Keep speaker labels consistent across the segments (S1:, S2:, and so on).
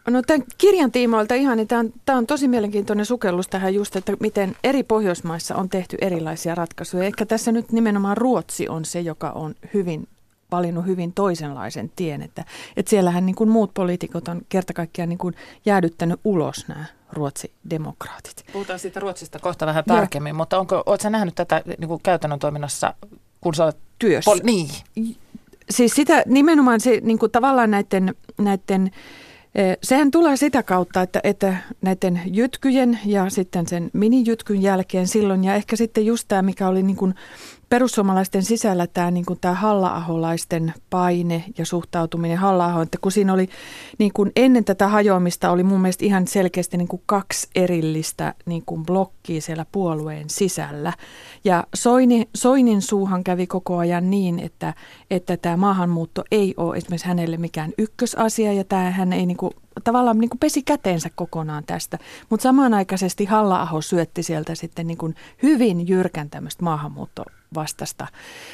S1: No tämän kirjan tiimoilta ihan, niin tämä on tosi mielenkiintoinen sukellus tähän just, että miten eri Pohjoismaissa on tehty erilaisia ratkaisuja. Ehkä tässä nyt nimenomaan Ruotsi on se, joka on valinnut hyvin toisenlaisen tien, että siellähän niin kuin muut poliitikot on kerta kaikkiaan niin kuin jäädyttänyt ulos nämä ruotsidemokraatit.
S2: Puhutaan siitä Ruotsista kohta vähän tarkemmin, mutta oletko sä nähnyt tätä niin kuin käytännön toiminnassa, kun sä olet
S1: työssä?
S2: Niin.
S1: Siis sitä nimenomaan se niin kuin tavallaan näiden sehän tulee sitä kautta, että näiden jytkyjen ja sitten sen minijytkyn jälkeen silloin ja ehkä sitten just tämä, mikä oli niin kuin perussuomalaisten sisällä tämä, niin kuin tämä halla-aholaisten paine ja suhtautuminen Halla-ahoon, että kun siinä oli niin kuin ennen tätä hajoamista oli mun mielestä ihan selkeästi niin kuin kaksi erillistä niin kuin blokkia siellä puolueen sisällä. Ja Soinin suuhan kävi koko ajan niin, että tämä maahanmuutto ei ole esimerkiksi hänelle mikään ykkösasia ja hän ei niin kuin tavallaan niin kuin pesi käteensä kokonaan tästä, mutta samanaikaisesti Halla-aho syötti sieltä sitten niin kuin hyvin jyrkän tämmöistä maahanmuuttovastasta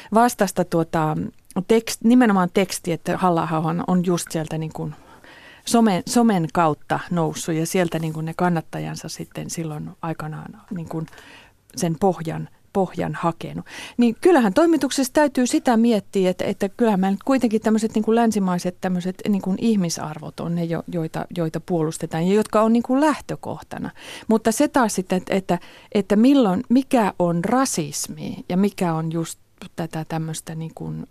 S1: nimenomaan teksti, että Halla-ahohan on just sieltä niin kuin somen kautta noussut ja sieltä niin kuin ne kannattajansa sitten silloin aikanaan niin kuin sen pohjan hakenut. Niin kyllähän toimituksessa täytyy sitä miettiä, että kyllähän meillä kuitenkin tämmöiset niin kuin länsimaiset tämmöiset niin kuin ihmisarvot on ne, joita puolustetaan ja jotka on niin kuin lähtökohtana. Mutta se taas sitten, että milloin, mikä on rasismi ja mikä on just tätä tämmöistä niin kuin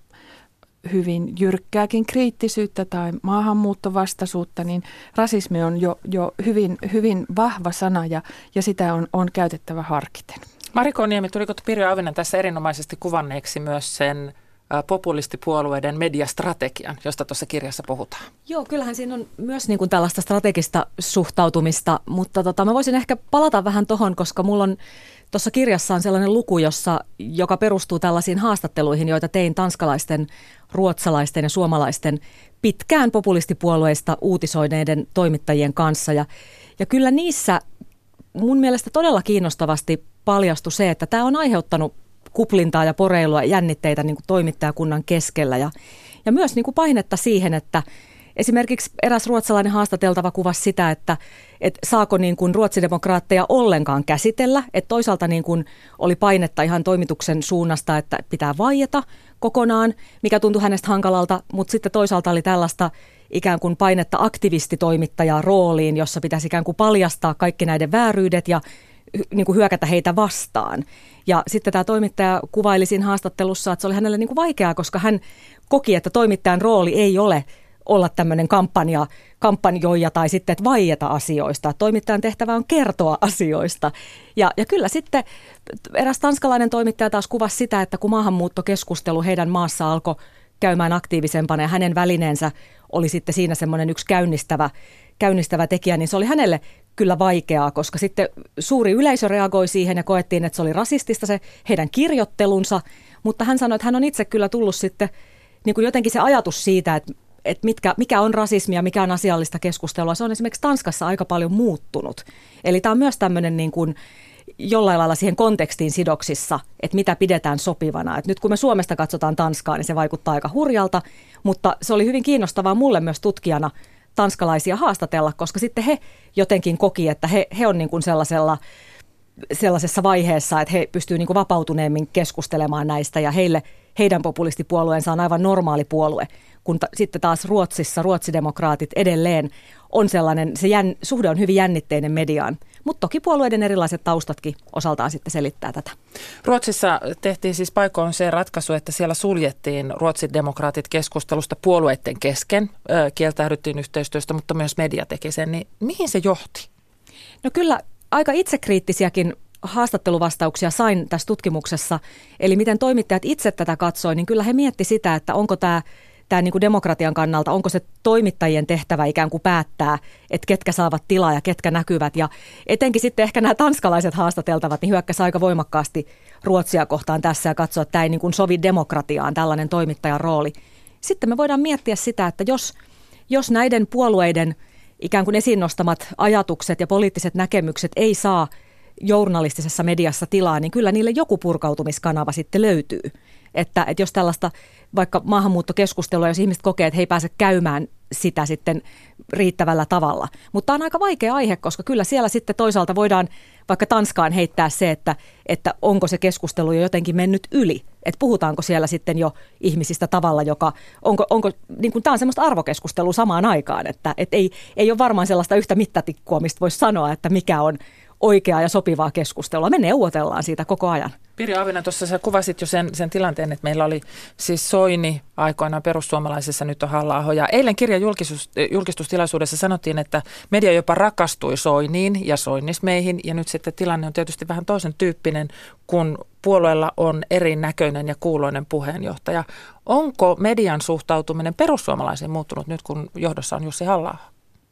S1: hyvin jyrkkääkin kriittisyyttä tai maahanmuuttovastaisuutta, niin rasismi on jo hyvin, hyvin vahva sana ja sitä on käytettävä harkiten.
S2: Mari Kooniemi, tuliko Pirjo Auvinen tässä erinomaisesti kuvanneeksi myös sen populistipuolueiden mediastrategian, josta tuossa kirjassa puhutaan?
S3: Joo, kyllähän siinä on myös niin kuin tällaista strategista suhtautumista, mutta mä voisin ehkä palata vähän tohon, koska mulla on tuossa kirjassa on sellainen luku, joka perustuu tällaisiin haastatteluihin, joita tein tanskalaisten, ruotsalaisten ja suomalaisten pitkään populistipuolueista uutisoineiden toimittajien kanssa. Ja kyllä niissä mun mielestä todella kiinnostavasti paljastui se, että tämä on aiheuttanut kuplintaa ja poreilua ja jännitteitä niin kuin toimittajakunnan keskellä ja myös niin kuin painetta siihen, että esimerkiksi eräs ruotsalainen haastateltava kuvasi sitä, että saako niin kuin ruotsidemokraatteja ollenkaan käsitellä, että toisaalta niin kuin oli painetta ihan toimituksen suunnasta, että pitää vaieta kokonaan, mikä tuntui hänestä hankalalta, mutta sitten toisaalta oli tällaista ikään kuin painetta aktivistitoimittajaa rooliin, jossa pitäisi ikään kuin paljastaa kaikki näiden vääryydet ja niin kuin hyökätä heitä vastaan. Ja sitten tämä toimittaja kuvaili siinä haastattelussa, että se oli hänelle niin kuin vaikeaa, koska hän koki, että toimittajan rooli ei ole olla tämmöinen kampanjoija tai sitten, että vaieta asioista. Toimittajan tehtävä on kertoa asioista. Ja kyllä sitten eräs tanskalainen toimittaja taas kuvasi sitä, että kun maahanmuuttokeskustelu heidän maassa alkoi käymään aktiivisempana ja hänen välineensä oli sitten siinä semmoinen yksi käynnistävä tekijä, niin se oli hänelle kyllä vaikeaa, koska sitten suuri yleisö reagoi siihen ja koettiin, että se oli rasistista se heidän kirjoittelunsa, mutta hän sanoi, että hän on itse kyllä tullut sitten niin kuin jotenkin se ajatus siitä, että mikä on rasismia, mikä on asiallista keskustelua, se on esimerkiksi Tanskassa aika paljon muuttunut. Eli tämä on myös tämmöinen niin kuin jollain lailla siihen kontekstiin sidoksissa, että mitä pidetään sopivana. Et nyt kun me Suomesta katsotaan Tanskaa, niin se vaikuttaa aika hurjalta, mutta se oli hyvin kiinnostavaa mulle myös tutkijana tanskalaisia haastatella, koska sitten he jotenkin koki, että he on niin kuin sellaisessa vaiheessa, että he pystyvät niin kuin vapautuneemmin keskustelemaan näistä ja heidän populistipuolueensa on aivan normaali puolue, kun sitten taas Ruotsissa ruotsidemokraatit edelleen on sellainen, suhde on hyvin jännitteinen mediaan. Mutta toki puolueiden erilaiset taustatkin osaltaan sitten selittää tätä.
S2: Ruotsissa tehtiin siis paikoin se ratkaisu, että siellä suljettiin ruotsidemokraatit keskustelusta puolueiden kesken, kieltäydyttiin yhteistyöstä, mutta myös media teki sen. Niin mihin se johti?
S3: No kyllä aika itsekriittisiäkin haastatteluvastauksia sain tässä tutkimuksessa. Eli miten toimittajat itse tätä katsoi, niin kyllä he miettivät sitä, että onko tämä niin kuin demokratian kannalta, onko se toimittajien tehtävä ikään kuin päättää, että ketkä saavat tilaa ja ketkä näkyvät. Ja etenkin sitten ehkä nämä tanskalaiset haastateltavat, niin hyökkäsivät aika voimakkaasti Ruotsia kohtaan tässä ja katsoa, että tämä ei niin kuin sovi demokratiaan, tällainen toimittajan rooli. Sitten me voidaan miettiä sitä, että jos näiden puolueiden ikään kuin esiin nostamat ajatukset ja poliittiset näkemykset ei saa journalistisessa mediassa tilaa, niin kyllä niille joku purkautumiskanava sitten löytyy. Että jos tällaista vaikka maahanmuuttokeskustelua, jos ihmiset kokee, että he ei pääse käymään sitä sitten riittävällä tavalla. Mutta on aika vaikea aihe, koska kyllä siellä sitten toisaalta voidaan vaikka Tanskaan heittää se, että onko se keskustelu jo jotenkin mennyt yli. Että puhutaanko siellä sitten jo ihmisistä tavalla, joka, onko niin kuin tämä on semmoista arvokeskustelua samaan aikaan, että ei ole varmaan sellaista yhtä mittatikkua, mistä voisi sanoa, että mikä on oikeaa ja sopivaa keskustelua. Me neuvotellaan siitä koko ajan.
S2: Pirjo Aavinen, tuossa sä kuvasit jo sen tilanteen, että meillä oli siis Soini aikoinaan perussuomalaisissa, nyt on Halla-aho. Ja eilen kirjan julkistustilaisuudessa sanottiin, että media jopa rakastui Soiniin ja soinnismeihin. Ja nyt sitten tilanne on tietysti vähän toisen tyyppinen, kun puolueella on erinäköinen ja kuuloinen puheenjohtaja. Onko median suhtautuminen perussuomalaisiin muuttunut nyt, kun johdossa on Jussi Halla-aho?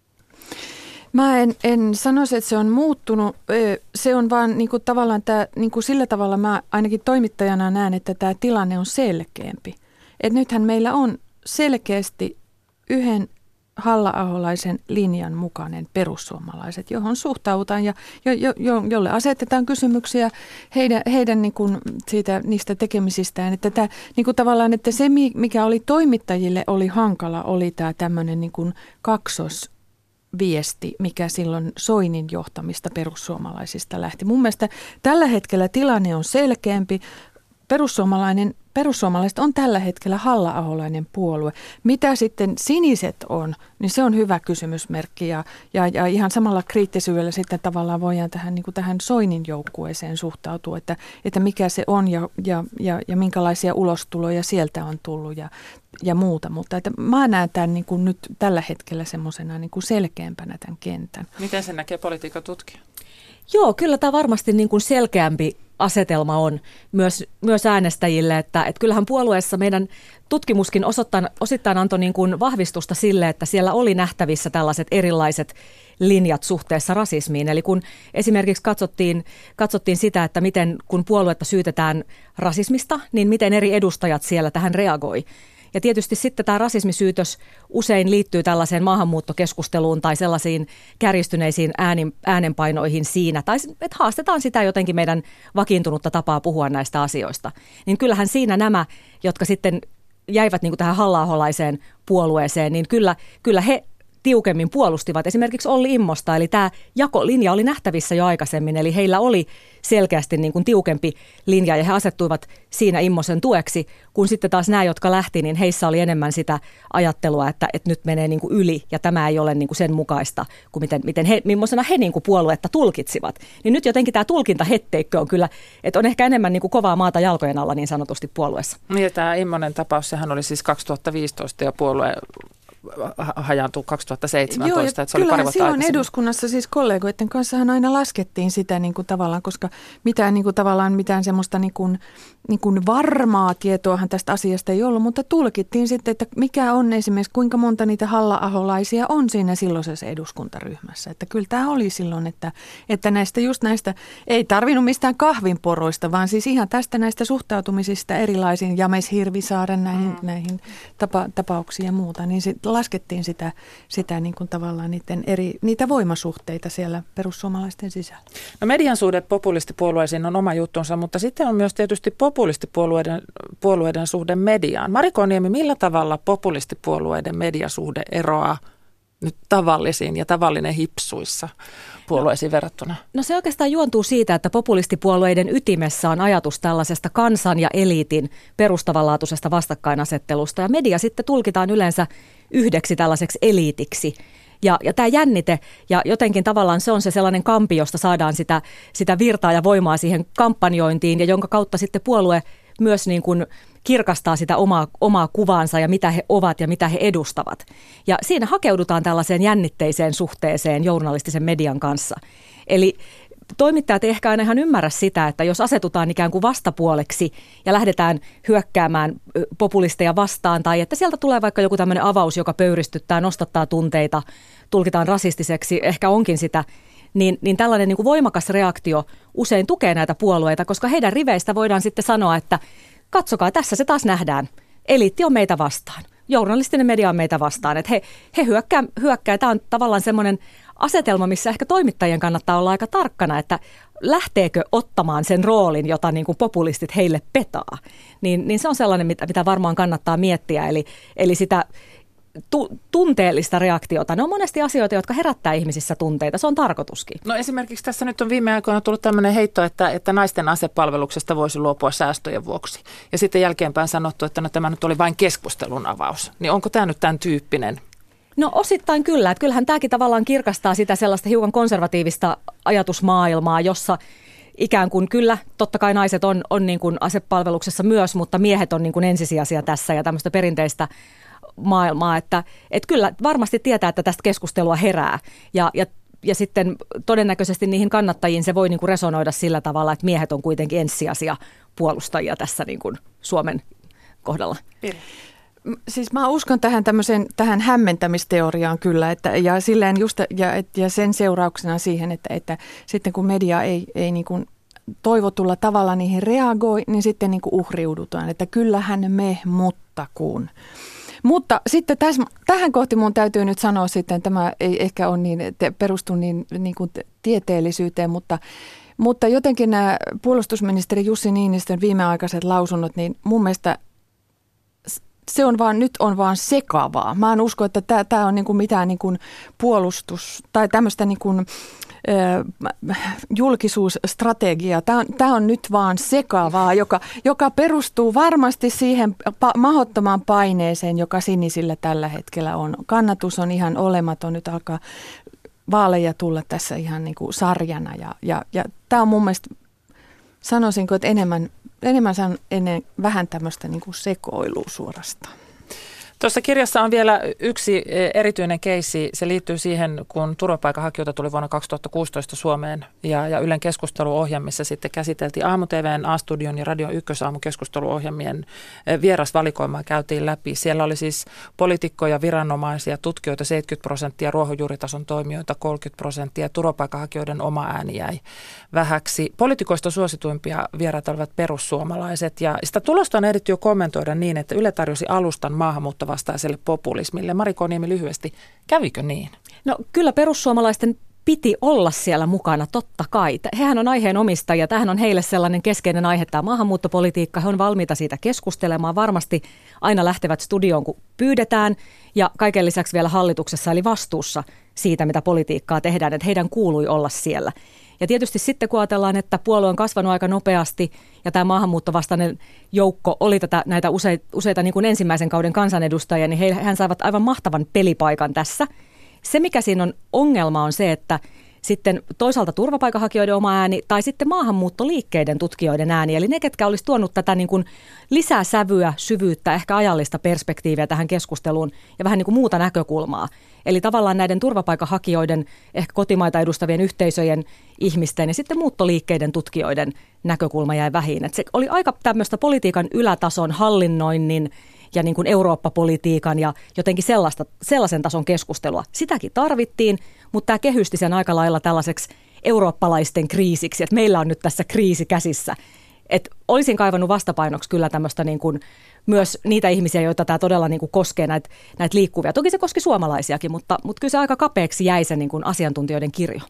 S1: Mä en sanoisi, että se on muuttunut. Se on vaan niin kuin tavallaan tämä, niin kuin sillä tavalla mä ainakin toimittajana näen, että tämä tilanne on selkeämpi. Et nythän meillä on selkeästi yhden Halla-aholaisen linjan mukainen perussuomalaiset, johon suhtautaan ja jolle asetetaan kysymyksiä heidän niin kuin niistä tekemisistään. Että tämä, niin kuin tavallaan, että se mikä oli toimittajille oli hankala, oli tämä tämmöinen niin kuin viesti, mikä silloin Soinin johtamista perussuomalaisista lähti. Mun mielestä tällä hetkellä tilanne on selkeämpi. Perussuomalaiset on tällä hetkellä Halla-aholainen puolue. Mitä sitten siniset on, niin se on hyvä kysymysmerkki ja ihan samalla kriittisyydellä sitten tavallaan voidaan tähän Soinin joukkueeseen suhtautua, että mikä se on ja minkälaisia ulostuloja sieltä on tullut ja muuta. Mutta että mä näen tämän niin kuin nyt tällä hetkellä semmoisena niin kuin selkeämpänä tämän kentän.
S2: Miten se näkee politiikan tutkija?
S3: Joo, kyllä tämä varmasti niin kuin selkeämpi asetelma on myös äänestäjille, että kyllähän puolueessa meidän tutkimuskin osittain antoi niin kuin vahvistusta sille, että siellä oli nähtävissä tällaiset erilaiset linjat suhteessa rasismiin. Eli kun esimerkiksi katsottiin sitä, että miten kun puoluetta syytetään rasismista, niin miten eri edustajat siellä tähän reagoi. Ja tietysti sitten tämä rasismisyytös usein liittyy tällaiseen maahanmuuttokeskusteluun tai sellaisiin kärjistyneisiin äänenpainoihin siinä. Tai että haastetaan sitä jotenkin meidän vakiintunutta tapaa puhua näistä asioista. Niin kyllähän siinä nämä, jotka sitten jäivät niin kuin tähän halla-aholaiseen puolueeseen, niin kyllä he tiukemmin puolustivat esimerkiksi Olli Immosta, eli tämä jakolinja oli nähtävissä jo aikaisemmin, eli heillä oli selkeästi niin kuin tiukempi linja ja he asettuivat siinä Immosen tueksi, kun sitten taas nämä, jotka lähti, niin heissä oli enemmän sitä ajattelua, että nyt menee niin kuin yli ja tämä ei ole niin kuin sen mukaista, kuin millaisena he niin kuin puoluetta tulkitsivat. Niin nyt jotenkin tämä tulkintahetteikkö on kyllä, että on ehkä enemmän niin kuin kovaa maata jalkojen alla niin sanotusti puolueessa.
S2: Niin tämä Immonen tapaus, sehän oli siis 2015 ja puolue hajaantui 2017, että se oli pari vuotta
S1: silloin eduskunnassa siis kollegoiden kanssahan aina laskettiin sitä niin kuin tavallaan, koska mitään semmoista niin kuin varmaa tietoahan tästä asiasta ei ollut, mutta tulkittiin sitten, että mikä on esimerkiksi, kuinka monta niitä halla-aholaisia on siinä silloisessa eduskuntaryhmässä. Että kyllä tämä oli silloin, että näistä ei tarvinnut mistään kahvinporoista, vaan siis ihan näistä suhtautumisista erilaisiin James Hirvisaaren näihin tapauksiin ja muuta, niin laskettiin sitä niin kuin tavallaan niitä voimasuhteita siellä perussuomalaisten sisällä.
S2: No median suhde populistipuolueisiin on oma juttunsa, mutta sitten on myös tietysti populistipuolueiden suhde mediaan. Mari Koniemi, millä tavalla populistipuolueiden mediasuhde eroaa nyt tavallisiin ja tavallinen hipsuissa puolueisiin verrattuna?
S3: No se oikeastaan juontuu siitä, että populistipuolueiden ytimessä on ajatus tällaisesta kansan ja eliitin perustavanlaatuisesta vastakkainasettelusta. Ja media sitten tulkitaan yleensä yhdeksi tällaiseksi eliitiksi. Ja tämä jännite, ja jotenkin tavallaan se on se sellainen kampi, josta saadaan sitä virtaa ja voimaa siihen kampanjointiin, ja jonka kautta sitten puolue myös niin kuin kirkastaa sitä omaa kuvaansa ja mitä he ovat ja mitä he edustavat. Ja siinä hakeudutaan tällaiseen jännitteiseen suhteeseen journalistisen median kanssa. Eli toimittajat ei ehkä aina ihan ymmärrä sitä, että jos asetutaan ikään kuin vastapuoleksi ja lähdetään hyökkäämään populisteja vastaan tai että sieltä tulee vaikka joku tämmöinen avaus, joka pöyristyttää, nostattaa tunteita, tulkitaan rasistiseksi, ehkä onkin sitä, niin tällainen niin kuin voimakas reaktio usein tukee näitä puolueita, koska heidän riveistä voidaan sitten sanoa, että katsokaa, tässä se taas nähdään. Eliitti on meitä vastaan. Journalistinen media on meitä vastaan. Että he hyökkää. Tämä on tavallaan semmoinen asetelma, missä ehkä toimittajien kannattaa olla aika tarkkana, että lähteekö ottamaan sen roolin, jota niin kuin populistit heille petaa. Niin se on sellainen, mitä varmaan kannattaa miettiä. Eli sitä tunteellista reaktiota. Ne on monesti asioita, jotka herättää ihmisissä tunteita. Se on tarkoituskin.
S2: No esimerkiksi tässä nyt on viime aikoina tullut tämmöinen heitto, että naisten asepalveluksesta voisi luopua säästöjen vuoksi. Ja sitten jälkeenpäin sanottu, että no, tämä nyt oli vain keskustelun avaus. Niin onko tämä nyt tämän tyyppinen?
S3: No osittain kyllä. Että kyllähän tämäkin tavallaan kirkastaa sitä sellaista hiukan konservatiivista ajatusmaailmaa, jossa ikään kuin kyllä, totta kai naiset on niin kuin asepalveluksessa myös, mutta miehet on niin kuin ensisijaisia tässä ja tämmöistä perinteistä maailmaa, että kyllä varmasti tietää, että tästä keskustelua herää ja sitten todennäköisesti niihin kannattajiin se voi niin kuin resonoida sillä tavalla, että miehet on kuitenkin ensisijaisia puolustajia tässä niin kuin Suomen kohdalla.
S1: Siis mä uskon tähän hämmentämisteoriaan kyllä, ja silleen just ja sen seurauksena siihen, että sitten kun media ei niin kuin toivotulla tavalla niihin reagoi, niin sitten niin kuin uhriudutaan, että kyllähän me, mutta kun. Mutta sitten tähän kohti mun täytyy nyt sanoa sitten, tämä ei ehkä ole perustu niin kuin tieteellisyyteen, mutta jotenkin nämä puolustusministeri Jussi Niinistön viimeaikaiset lausunnot, niin mun mielestä nyt on vaan sekavaa. Mä en usko, että tämä on niinku mitään niinku puolustus tai tämmöistä niinku, julkisuusstrategiaa. Tämä on nyt vaan sekavaa, joka perustuu varmasti siihen mahdottomaan paineeseen, joka sinisillä tällä hetkellä on. Kannatus on ihan olematon, nyt alkaa vaaleja tulla tässä ihan niinku sarjana ja tämä on mun mielestä, sanoisinko, että enemmän vähän tämmöistä niin kuin sekoilua suorastaan.
S2: Tuossa kirjassa on vielä yksi erityinen keissi. Se liittyy siihen, kun turvapaikanhakijoita tuli vuonna 2016 Suomeen ja Ylen keskusteluohjelmissa sitten käsiteltiin Aamu-TV:n, A-studion ja Radio Ykkösaamu-keskusteluohjelmien vierasvalikoimaa käytiin läpi. Siellä oli siis poliitikkoja, viranomaisia, tutkijoita 70%, ruohonjuuritason toimijoita 30%, turvapaikanhakijoiden oma ääni jäi vähäksi. Poliitikoista suosituimpia vieraat olivat perussuomalaiset ja sitä tulosta on ehditty jo kommentoida niin, että Yle tarjosi alustan maahanmuuttovastaiselle populismille. Mari Koniemi lyhyesti, kävikö niin? No
S3: kyllä perussuomalaisten piti olla siellä mukana, totta kai. Hehän on aiheen omistajia. Tämähän on heille sellainen keskeinen aihe, tämä maahanmuuttopolitiikka. He on valmiita siitä keskustelemaan. Varmasti aina lähtevät studioon, kun pyydetään. Ja kaiken lisäksi vielä hallituksessa, eli vastuussa siitä, mitä politiikkaa tehdään. Että heidän kuului olla siellä. Ja tietysti sitten kun ajatellaan, että puolue on kasvanut aika nopeasti ja tämä maahanmuuttovastainen joukko oli näitä useita niin kuin ensimmäisen kauden kansanedustajia, niin hän saivat aivan mahtavan pelipaikan tässä. Se, mikä siinä on ongelma, on se, että sitten toisaalta turvapaikanhakijoiden oma ääni tai sitten maahanmuuttoliikkeiden tutkijoiden ääni, eli ne, ketkä olisi tuonut tätä niin kuin lisää sävyä, syvyyttä, ehkä ajallista perspektiiviä tähän keskusteluun ja vähän niin kuin muuta näkökulmaa. Eli tavallaan näiden turvapaikanhakijoiden, ehkä kotimaita edustavien yhteisöjen ihmisten ja sitten muuttoliikkeiden tutkijoiden näkökulma jäi vähiin. Et se oli aika tämmöistä politiikan ylätason hallinnoinnin ja niin kuin Eurooppa-politiikan ja jotenkin sellaisen tason keskustelua. Sitäkin tarvittiin, mutta tämä kehysti sen aika lailla tällaiseksi eurooppalaisten kriisiksi, että meillä on nyt tässä kriisi käsissä. Et olisin kaivannut vastapainoksi kyllä tämmöistä niin kuin myös niitä ihmisiä, joita tämä todella niin kuin koskee, näitä liikkuvia. Toki se koski suomalaisiakin, mutta kyllä se aika kapeaksi jäi se niin kuin asiantuntijoiden kirjo.